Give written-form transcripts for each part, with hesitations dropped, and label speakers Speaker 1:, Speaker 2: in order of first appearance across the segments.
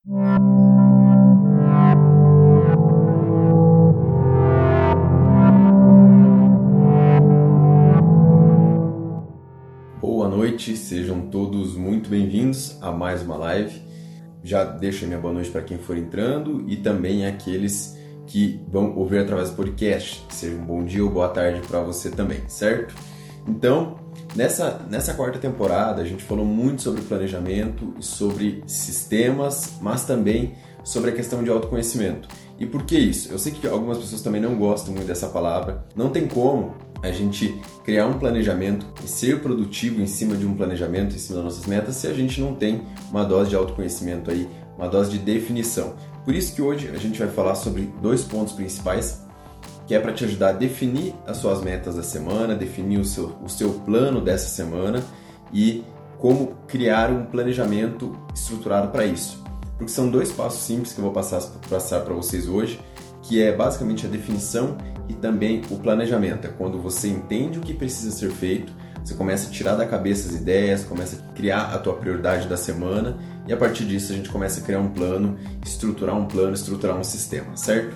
Speaker 1: Boa noite, sejam todos muito bem-vindos a mais uma live. Já deixo a minha boa noite para quem for entrando e também aqueles que vão ouvir através do podcast. Seja um bom dia ou boa tarde para você também, certo? Então, nessa quarta temporada, a gente falou muito sobre planejamento e sobre sistemas, mas também sobre a questão de autoconhecimento. E por que isso? Eu sei que algumas pessoas também não gostam muito dessa palavra. Não tem como a gente criar um planejamento e ser produtivo em cima de um planejamento, em cima das nossas metas, se a gente não tem uma dose de autoconhecimento aí, uma dose de definição. Por isso que hoje a gente vai falar sobre 2 pontos principais, que é para te ajudar a definir as suas metas da semana, definir o seu plano dessa semana e como criar um planejamento estruturado para isso. Porque são 2 passos simples que eu vou passar para vocês hoje, que é basicamente a definição e também o planejamento. É quando você entende o que precisa ser feito, você começa a tirar da cabeça as ideias, começa a criar a tua prioridade da semana e a partir disso a gente começa a criar um plano, estruturar um sistema, certo?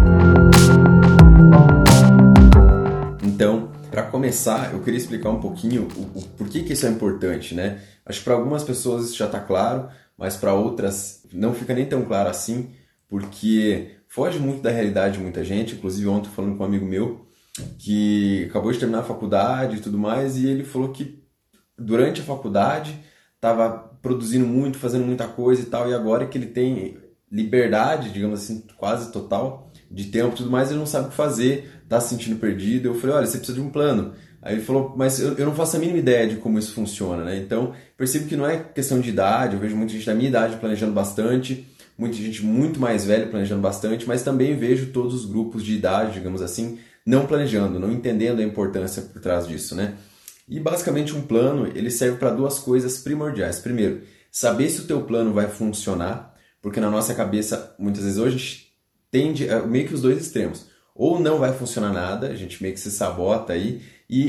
Speaker 1: Então, para começar, eu queria explicar um pouquinho o porquê que isso é importante, né? Acho que para algumas pessoas isso já está claro, mas para outras não fica nem tão claro assim, porque foge muito da realidade de muita gente. Inclusive ontem falando com um amigo meu que acabou de terminar a faculdade e tudo mais, e ele falou que durante a faculdade estava produzindo muito, fazendo muita coisa e tal, e agora que ele tem liberdade, digamos assim, quase total de tempo e tudo mais, ele não sabe o que fazer, tá se sentindo perdido. Eu falei, olha, você precisa de um plano. Aí ele falou, mas eu não faço a mínima ideia de como isso funciona, né? Então, percebo que não é questão de idade, eu vejo muita gente da minha idade planejando bastante, muita gente muito mais velha planejando bastante, mas também vejo todos os grupos de idade, digamos assim, não planejando, não entendendo a importância por trás disso, né? E basicamente um plano, ele serve para 2 coisas primordiais. Primeiro, saber se o teu plano vai funcionar, porque na nossa cabeça, muitas vezes hoje, a gente tende a meio que os 2 extremos. Ou não vai funcionar nada, a gente meio que se sabota aí,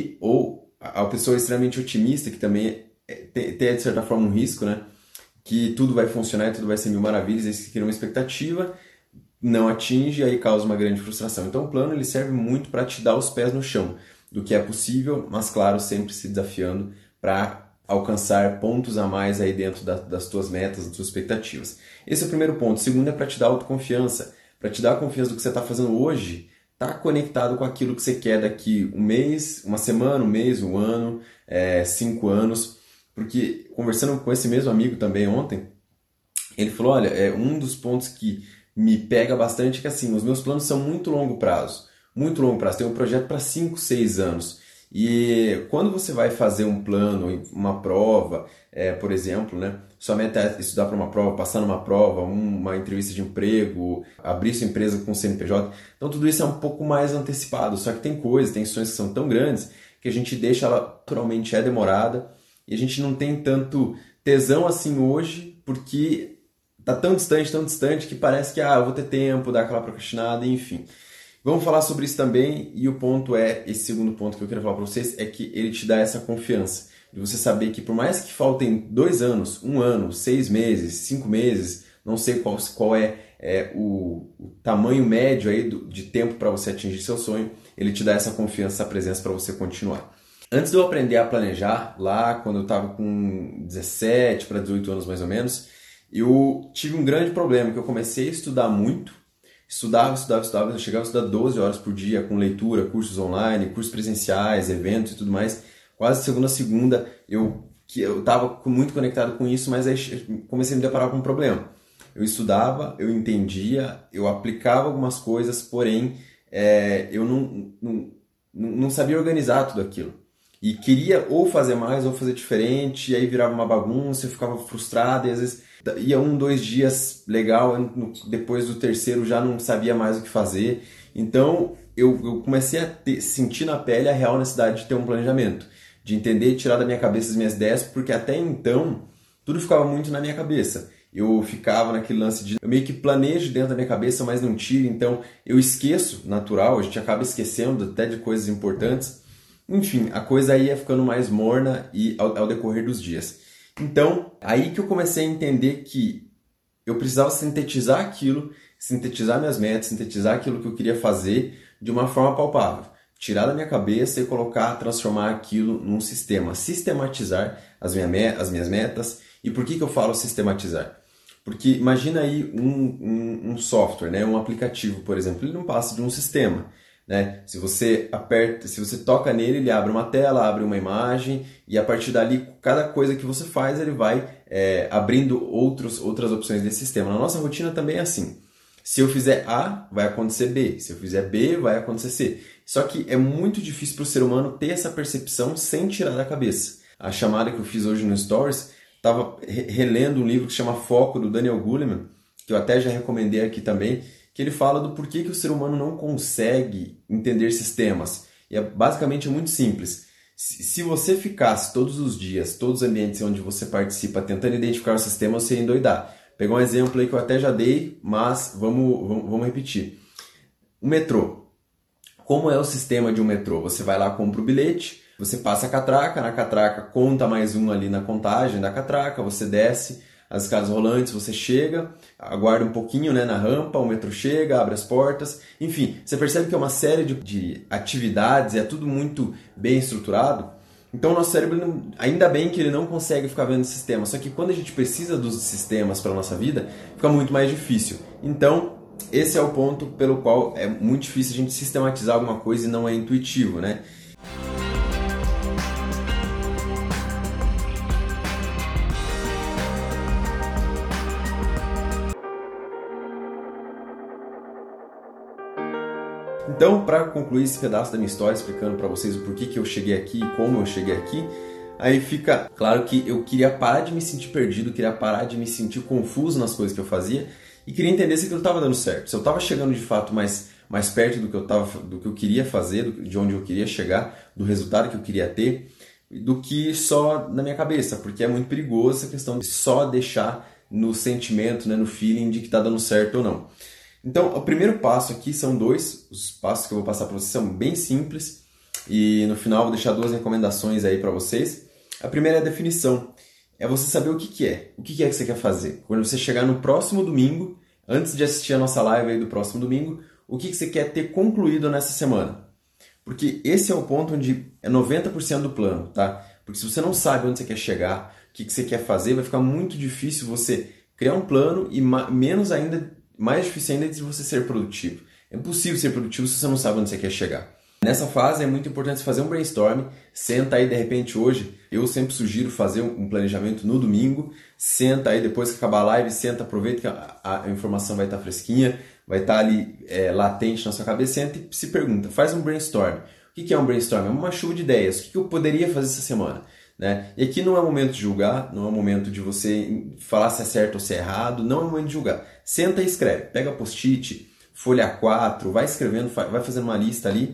Speaker 1: ou a pessoa extremamente otimista, que também tem de certa forma um risco, né? Que tudo vai funcionar e tudo vai ser mil maravilhas, aí você cria uma expectativa, não atinge e aí causa uma grande frustração. Então o plano ele serve muito para te dar os pés no chão do que é possível, mas claro, sempre se desafiando para alcançar pontos a mais aí dentro das tuas metas, das tuas expectativas. Esse é o primeiro ponto. O segundo é para te dar autoconfiança, para te dar a confiança do que você está fazendo hoje, tá conectado com aquilo que você quer daqui um mês, uma semana, um mês, um ano, 5 anos. Porque conversando com esse mesmo amigo também ontem, ele falou, olha, um dos pontos que me pega bastante é que assim, os meus planos são muito longo prazo, tem um projeto para 5, 6 anos. E quando você vai fazer um plano, uma prova, por exemplo, né, sua meta é estudar para uma prova, passar numa prova, uma entrevista de emprego, abrir sua empresa com CNPJ, então tudo isso é um pouco mais antecipado, só que tem coisas, tem sonhos que são tão grandes que a gente deixa ela, naturalmente é demorada, e a gente não tem tanto tesão assim hoje, porque tá tão distante, que parece que eu vou ter tempo, dar aquela procrastinada, enfim. Vamos falar sobre isso também, e o ponto esse segundo ponto que eu quero falar para vocês, é que ele te dá essa confiança, de você saber que por mais que faltem 2 anos, 1 ano, 6 meses, 5 meses, não sei qual é o tamanho médio aí de tempo para você atingir seu sonho, ele te dá essa confiança, essa presença para você continuar. Antes de eu aprender a planejar, lá quando eu estava com 17 para 18 anos mais ou menos, eu tive um grande problema, que eu comecei a estudar muito, estudava, eu chegava a estudar 12 horas por dia, com leitura, cursos online, cursos presenciais, eventos e tudo mais. Quase segunda a segunda eu estava muito conectado com isso, mas aí comecei a me deparar com um problema. Eu estudava, eu entendia, eu aplicava algumas coisas, porém eu não sabia organizar tudo aquilo. E queria ou fazer mais ou fazer diferente, e aí virava uma bagunça, eu ficava frustrado, e às vezes ia 1, 2 dias legal, depois do terceiro já não sabia mais o que fazer. Então eu comecei a sentir na pele a real necessidade de ter um planejamento, de entender e tirar da minha cabeça as minhas ideias, porque até então tudo ficava muito na minha cabeça. Eu ficava naquele lance de eu meio que planejo dentro da minha cabeça, mas não tiro, então eu esqueço, natural, a gente acaba esquecendo até de coisas importantes. Enfim, a coisa aí ia ficando mais morna e ao decorrer dos dias. Então, aí que eu comecei a entender que eu precisava sintetizar aquilo, sintetizar minhas metas, sintetizar aquilo que eu queria fazer de uma forma palpável. Tirar da minha cabeça e colocar, transformar aquilo num sistema. Sistematizar as minhas metas. E por que eu falo sistematizar? Porque imagina aí um software, né? Um aplicativo, por exemplo, ele não passa de um sistema. Né? Se você toca nele, ele abre uma tela, abre uma imagem e a partir dali, cada coisa que você faz, ele vai abrindo outras opções desse sistema. Na nossa rotina também é assim. Se eu fizer A, vai acontecer B. Se eu fizer B, vai acontecer C. Só que é muito difícil para o ser humano ter essa percepção sem tirar da cabeça. A chamada que eu fiz hoje no Stories, estava relendo um livro que se chama Foco, do Daniel Goleman, que eu até já recomendei aqui também, que ele fala do porquê que o ser humano não consegue entender sistemas. E basicamente é muito simples. Se você ficasse todos os dias, todos os ambientes onde você participa, tentando identificar o sistema, você ia endoidar. Pegar um exemplo aí que eu até já dei, mas vamos repetir. O metrô. Como é o sistema de um metrô? Você vai lá, compra o bilhete, você passa a catraca, na catraca conta mais um ali na contagem da catraca, você desce as escadas rolantes, você chega, aguarda um pouquinho, né, na rampa, o metrô chega, abre as portas, enfim, você percebe que é uma série de atividades, é tudo muito bem estruturado. Então o nosso cérebro, ainda bem que ele não consegue ficar vendo sistema, só que quando a gente precisa dos sistemas para a nossa vida, fica muito mais difícil. Então, esse é o ponto pelo qual é muito difícil a gente sistematizar alguma coisa e não é intuitivo, né? Então, para concluir esse pedaço da minha história, explicando para vocês o porquê que eu cheguei aqui e como eu cheguei aqui, aí fica claro que eu queria parar de me sentir perdido, queria parar de me sentir confuso nas coisas que eu fazia e queria entender se aquilo estava dando certo, se eu estava chegando de fato mais perto do que eu queria fazer, de onde eu queria chegar, do resultado que eu queria ter, do que só na minha cabeça, porque é muito perigoso essa questão de só deixar no sentimento, né, no feeling de que está dando certo ou não. Então, o primeiro passo aqui são dois, os passos que eu vou passar para vocês são bem simples e no final eu vou deixar duas recomendações aí para vocês. A primeira é a definição, é você saber o que é que você quer fazer. Quando você chegar no próximo domingo, antes de assistir a nossa live aí do próximo domingo, o que você quer ter concluído nessa semana. Porque esse é o ponto onde é 90% do plano, tá? Porque se você não sabe onde você quer chegar, o que você quer fazer, vai ficar muito difícil você criar um plano e mais difícil ainda é de você ser produtivo. É impossível ser produtivo se você não sabe onde você quer chegar. Nessa fase é muito importante fazer um brainstorm, senta aí de repente hoje, eu sempre sugiro fazer um planejamento no domingo, senta aí depois que acabar a live, senta, aproveita que a informação vai estar fresquinha, vai estar ali latente na sua cabeça, senta e se pergunta, faz um brainstorm. O que é um brainstorm? É uma chuva de ideias, o que eu poderia fazer essa semana? Né? E aqui não é o momento de julgar, não é o momento de você falar se é certo ou se é errado, não é o momento de julgar. Senta e escreve, pega post-it, folha A4, vai escrevendo, vai fazendo uma lista ali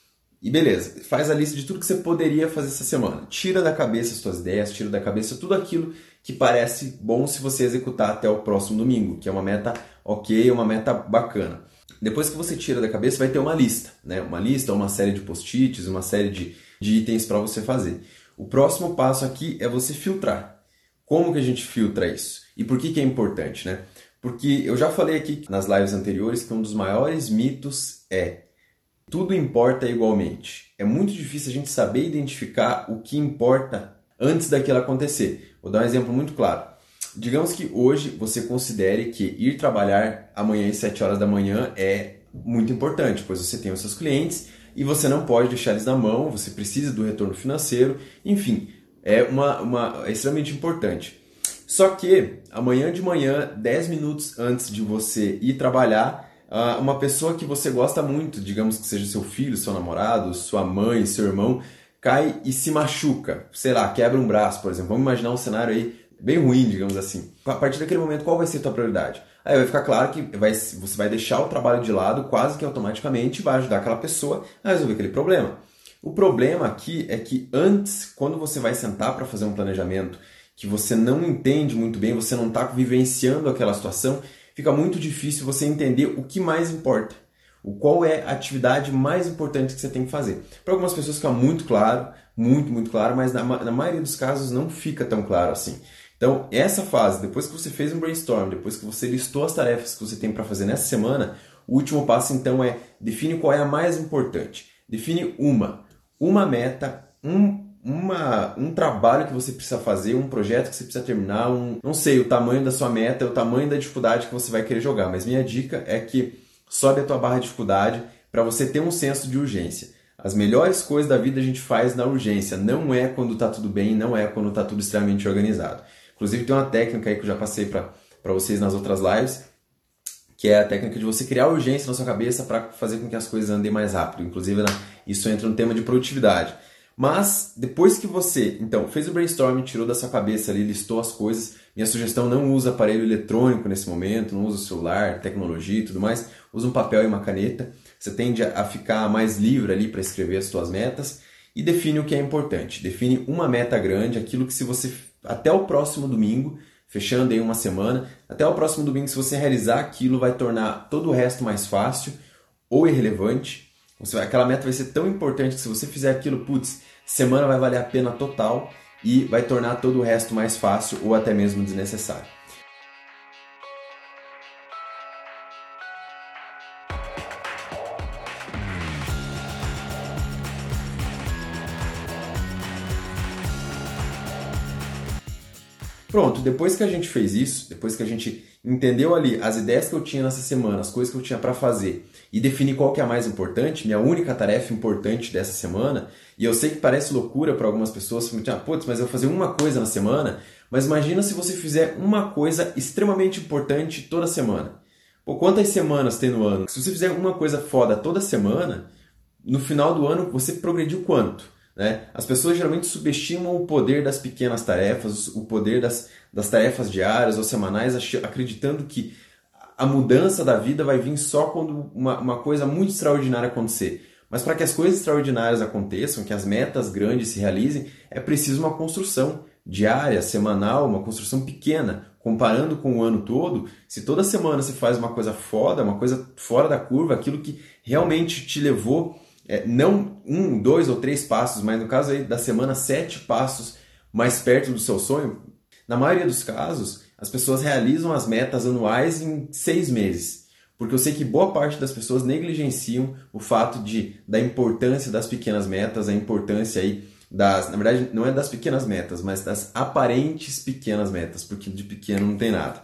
Speaker 1: e beleza, faz a lista de tudo que você poderia fazer essa semana. Tira da cabeça as suas ideias, tira da cabeça tudo aquilo que parece bom se você executar até o próximo domingo, que é uma meta ok, uma meta bacana. Depois que você tira da cabeça, vai ter uma lista, né? Uma lista, uma série de post-its, uma série de itens para você fazer. O próximo passo aqui é você filtrar. Como que a gente filtra isso? E por que é importante, né? Porque eu já falei aqui nas lives anteriores que um dos maiores mitos é tudo importa igualmente. É muito difícil a gente saber identificar o que importa antes daquilo acontecer. Vou dar um exemplo muito claro. Digamos que hoje você considere que ir trabalhar amanhã às 7 horas da manhã é muito importante, pois você tem os seus clientes e você não pode deixar eles na mão, você precisa do retorno financeiro, enfim, é extremamente importante. Só que amanhã de manhã, 10 minutos antes de você ir trabalhar, uma pessoa que você gosta muito, digamos que seja seu filho, seu namorado, sua mãe, seu irmão, cai e se machuca, sei lá, quebra um braço, por exemplo. Vamos imaginar um cenário aí bem ruim, digamos assim. A partir daquele momento, qual vai ser a tua prioridade? Aí vai ficar claro que você vai deixar o trabalho de lado quase que automaticamente e vai ajudar aquela pessoa a resolver aquele problema. O problema aqui é que antes, quando você vai sentar para fazer um planejamento que você não entende muito bem, você não está vivenciando aquela situação, fica muito difícil você entender o que mais importa. Qual é a atividade mais importante que você tem que fazer. Para algumas pessoas fica muito claro, muito claro, mas na maioria dos casos não fica tão claro assim. Então, essa fase, depois que você fez um brainstorm, depois que você listou as tarefas que você tem para fazer nessa semana, o último passo então é define qual é a mais importante. Define uma meta, um trabalho que você precisa fazer, um projeto que você precisa terminar, não sei, o tamanho da sua meta, o tamanho da dificuldade que você vai querer jogar, mas minha dica é que sobe a tua barra de dificuldade para você ter um senso de urgência. As melhores coisas da vida a gente faz na urgência, não é quando está tudo bem, não é quando está tudo extremamente organizado. Inclusive tem uma técnica aí que eu já passei para vocês nas outras lives, que é a técnica de você criar urgência na sua cabeça para fazer com que as coisas andem mais rápido. Inclusive, isso entra no tema de produtividade. Mas, depois que você, então, fez o brainstorming, tirou da sua cabeça ali, listou as coisas, minha sugestão, não usa aparelho eletrônico nesse momento, não usa o celular, tecnologia e tudo mais, usa um papel e uma caneta. Você tende a ficar mais livre ali para escrever as suas metas e define o que é importante. Define uma meta grande, aquilo que se você, até o próximo domingo, fechando aí uma semana, até o próximo domingo, se você realizar aquilo, vai tornar todo o resto mais fácil ou irrelevante. Aquela meta vai ser tão importante que se você fizer aquilo, putz, semana vai valer a pena total e vai tornar todo o resto mais fácil ou até mesmo desnecessário. Pronto, depois que a gente fez isso, depois que a gente entendeu ali as ideias que eu tinha nessa semana, as coisas que eu tinha para fazer e definir qual que é a mais importante, minha única tarefa importante dessa semana, e eu sei que parece loucura para algumas pessoas, putz, mas eu vou fazer uma coisa na semana, mas imagina se você fizer uma coisa extremamente importante toda semana. Pô, quantas semanas tem no ano? Se você fizer uma coisa foda toda semana, no final do ano você progrediu quanto? Né? As pessoas geralmente subestimam o poder das pequenas tarefas, o poder das tarefas diárias ou semanais, acreditando que a mudança da vida vai vir só quando uma coisa muito extraordinária acontecer. Mas para que as coisas extraordinárias aconteçam, que as metas grandes se realizem, é preciso uma construção diária, semanal, uma construção pequena. Comparando com o ano todo, se toda semana você faz uma coisa foda, uma coisa fora da curva, aquilo que realmente te levou não 1, 2 ou 3 passos, mas no caso aí da semana 7 passos mais perto do seu sonho, na maioria dos casos, as pessoas realizam as metas anuais em 6 meses. Porque eu sei que boa parte das pessoas negligenciam o fato da importância das pequenas metas, a importância aí na verdade não é das pequenas metas, mas das aparentes pequenas metas, porque de pequeno não tem nada.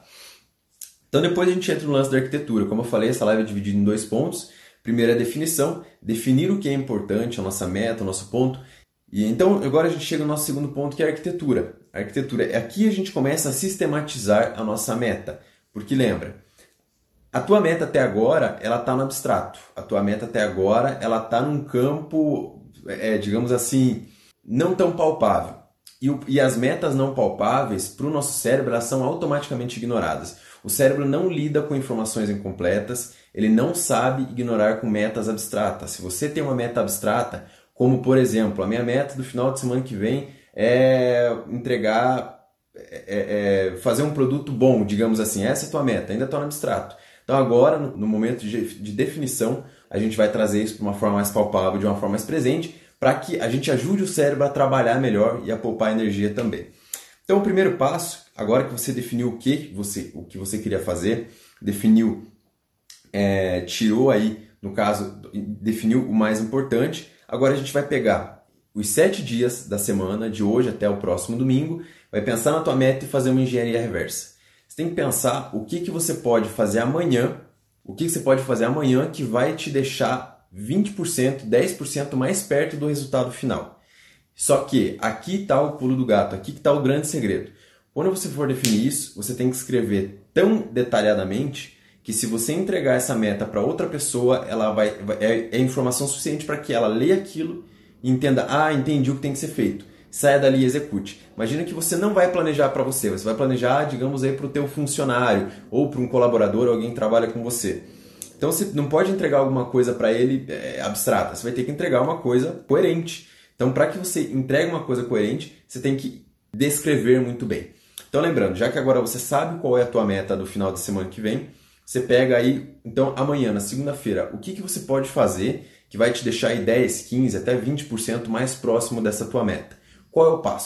Speaker 1: Então depois a gente entra no lance da arquitetura. Como eu falei, essa live é dividida em 2 pontos. Primeiro é a definição, definir o que é importante, a nossa meta, o nosso ponto. E então agora a gente chega no nosso segundo ponto, que é a arquitetura. A arquitetura, aqui a gente começa a sistematizar a nossa meta. Porque lembra, a tua meta até agora, ela está no abstrato. A tua meta até agora, ela está num campo, digamos assim, não tão palpável. E as metas não palpáveis, para o nosso cérebro, elas são automaticamente ignoradas. O cérebro não lida com informações incompletas, ele não sabe ignorar com metas abstratas. Se você tem uma meta abstrata, como por exemplo, a minha meta do final de semana que vem é fazer um produto bom, digamos assim, essa é a tua meta, ainda está no abstrato. Então agora, no momento de definição, a gente vai trazer isso de uma forma mais palpável, de uma forma mais presente, para que a gente ajude o cérebro a trabalhar melhor e a poupar energia também. Então o primeiro passo, agora que você definiu o que você queria fazer, definiu, tirou aí, no caso, definiu o mais importante, agora a gente vai pegar os 7 dias da semana, de hoje até o próximo domingo, vai pensar na tua meta e fazer uma engenharia reversa. Você tem que pensar o que você pode fazer amanhã, que vai te deixar 20%, 10% mais perto do resultado final. Só que aqui está o pulo do gato, aqui está o grande segredo. Quando você for definir isso, você tem que escrever tão detalhadamente que se você entregar essa meta para outra pessoa, ela é informação suficiente para que ela leia aquilo e entenda, entendi o que tem que ser feito. Saia dali e execute. Imagina que você não vai planejar para você vai planejar, digamos aí, para o teu funcionário ou para um colaborador, alguém que trabalha com você. Então você não pode entregar alguma coisa para ele abstrata, você vai ter que entregar uma coisa coerente. Então para que você entregue uma coisa coerente, você tem que descrever muito bem. Então lembrando, já que agora você sabe qual é a tua meta do final de semana que vem, você pega aí, então amanhã, na segunda-feira, o que você pode fazer que que vai te deixar aí 10, 15, até 20% mais próximo dessa tua meta. Qual é o passo?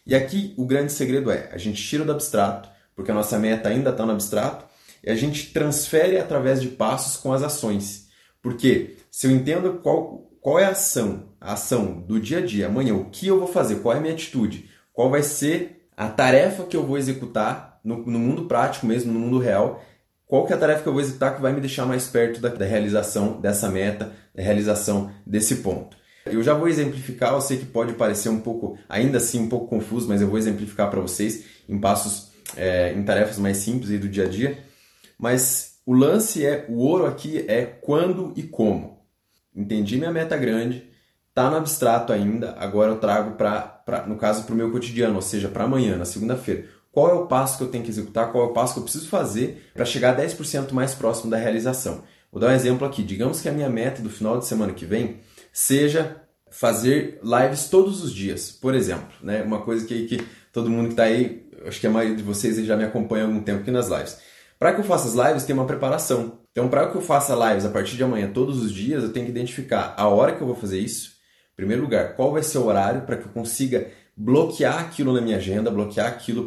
Speaker 1: E aqui o grande segredo é, a gente tira do abstrato, porque a nossa meta ainda está no abstrato, e a gente transfere através de passos com as ações. Porque se eu entendo qual é a ação do dia a dia, amanhã, o que eu vou fazer, qual é a minha atitude, qual vai ser a tarefa que eu vou executar no mundo prático mesmo, no mundo real, qual que é a tarefa que eu vou executar que vai me deixar mais perto da realização dessa meta, da realização desse ponto. Eu já vou exemplificar, eu sei que pode parecer um pouco, ainda assim, um pouco confuso, mas eu vou exemplificar para vocês em passos, em tarefas mais simples aí do dia a dia. Mas o lance o ouro aqui é quando e como. Entendi minha meta grande, tá no abstrato ainda, agora eu trago no caso, para o meu cotidiano, ou seja, para amanhã, na segunda-feira. Qual é o passo que eu tenho que executar, qual é o passo que eu preciso fazer para chegar 10% mais próximo da realização? Vou dar um exemplo aqui. Digamos que a minha meta do final de semana que vem seja fazer lives todos os dias, por exemplo. Né? Uma coisa que todo mundo que está aí, acho que a maioria de vocês já me acompanha há algum tempo aqui nas lives. Para que eu faça as lives, tem uma preparação. Então, para que eu faça lives a partir de amanhã todos os dias, eu tenho que identificar a hora que eu vou fazer isso. Em primeiro lugar, qual vai ser o horário para que eu consiga bloquear aquilo na minha agenda, bloquear aquilo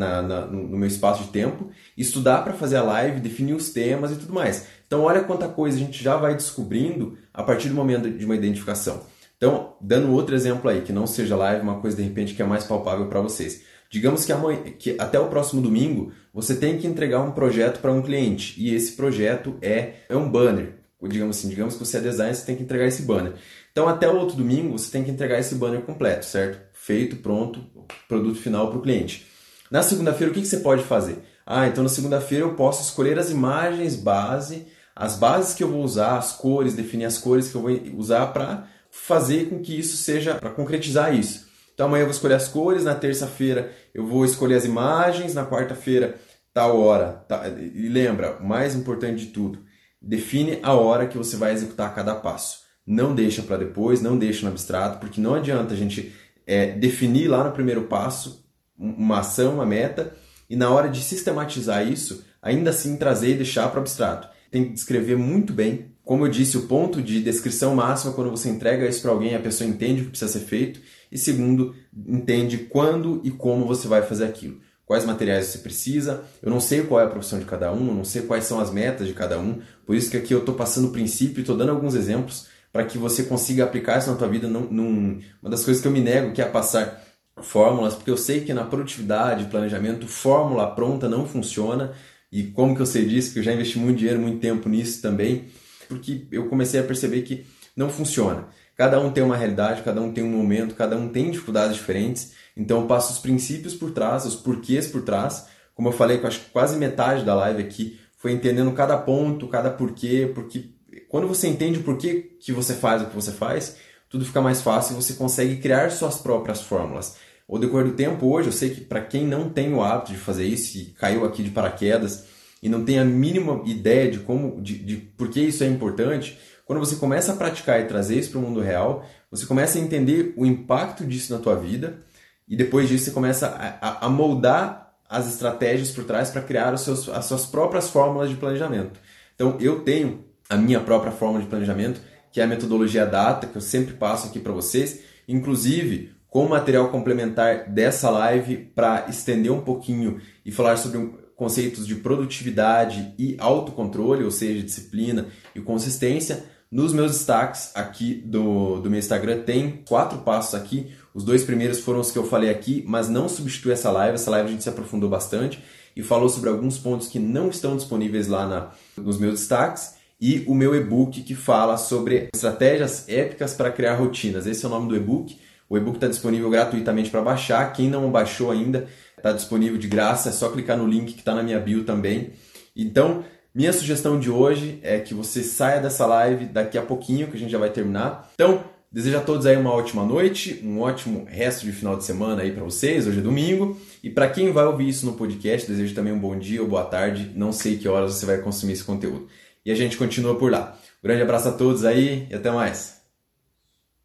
Speaker 1: no meu espaço de tempo, estudar para fazer a live, definir os temas e tudo mais. Então, olha quanta coisa a gente já vai descobrindo a partir do momento de uma identificação. Então, dando outro exemplo aí, que não seja live, uma coisa de repente que é mais palpável para vocês. Digamos que até o próximo domingo você tem que entregar um projeto para um cliente e esse projeto é um banner. Digamos que você é designer, você tem que entregar esse banner. Então, até o outro domingo você tem que entregar esse banner completo, certo? Feito, pronto, produto final para o cliente. Na segunda-feira, o que você pode fazer? Então na segunda-feira eu posso escolher as imagens base, as bases que eu vou usar, as cores, definir as cores que eu vou usar para fazer com que isso seja, para concretizar isso. Então amanhã eu vou escolher as cores, na terça-feira eu vou escolher as imagens, na quarta-feira tal hora. E lembra, o mais importante de tudo, define a hora que você vai executar cada passo. Não deixa para depois, não deixa no abstrato, porque não adianta a gente definir lá no primeiro passo uma ação, uma meta, e na hora de sistematizar isso, ainda assim trazer e deixar para o abstrato. Tem que descrever muito bem. Como eu disse, o ponto de descrição máxima, quando você entrega isso para alguém, a pessoa entende o que precisa ser feito, e segundo, entende quando e como você vai fazer aquilo. Quais materiais você precisa, eu não sei qual é a profissão de cada um, eu não sei quais são as metas de cada um, por isso que aqui eu estou passando o princípio e estou dando alguns exemplos para que você consiga aplicar isso na tua vida. Uma das coisas que eu me nego que é passar fórmulas, porque eu sei que na produtividade, planejamento, fórmula pronta não funciona, e como que eu sei disso, que eu já investi muito dinheiro, muito tempo nisso também, porque eu comecei a perceber que não funciona. Cada um tem uma realidade, cada um tem um momento, cada um tem dificuldades diferentes, então eu passo os princípios por trás, os porquês por trás. Como eu falei, acho que quase metade da live aqui foi entendendo cada ponto, cada porquê, porque quando você entende o porquê que você faz o que você faz, tudo fica mais fácil e você consegue criar suas próprias fórmulas. Ao decorrer do tempo, hoje, eu sei que para quem não tem o hábito de fazer isso e caiu aqui de paraquedas e não tem a mínima ideia de por que isso é importante, quando você começa a praticar e trazer isso para o mundo real, você começa a entender o impacto disso na tua vida e depois disso você começa a moldar as estratégias por trás para criar as suas próprias fórmulas de planejamento. Então, eu tenho a minha própria fórmula de planejamento, que é a metodologia DATA, que eu sempre passo aqui para vocês, inclusive com material complementar dessa live para estender um pouquinho e falar sobre conceitos de produtividade e autocontrole, ou seja, disciplina e consistência. Nos meus destaques aqui do meu Instagram tem 4 passos aqui. Os 2 primeiros foram os que eu falei aqui, mas não substitui essa live. Essa live a gente se aprofundou bastante e falou sobre alguns pontos que não estão disponíveis lá nos meus destaques. E o meu e-book que fala sobre estratégias épicas para criar rotinas. Esse é o nome do e-book. O e-book está disponível gratuitamente para baixar. Quem não baixou ainda, está disponível de graça. É só clicar no link que está na minha bio também. Então, minha sugestão de hoje é que você saia dessa live daqui a pouquinho, que a gente já vai terminar. Então, desejo a todos aí uma ótima noite, um ótimo resto de final de semana aí para vocês. Hoje é domingo. E para quem vai ouvir isso no podcast, desejo também um bom dia ou boa tarde. Não sei que horas você vai consumir esse conteúdo. E a gente continua por lá. Um grande abraço a todos aí e até mais.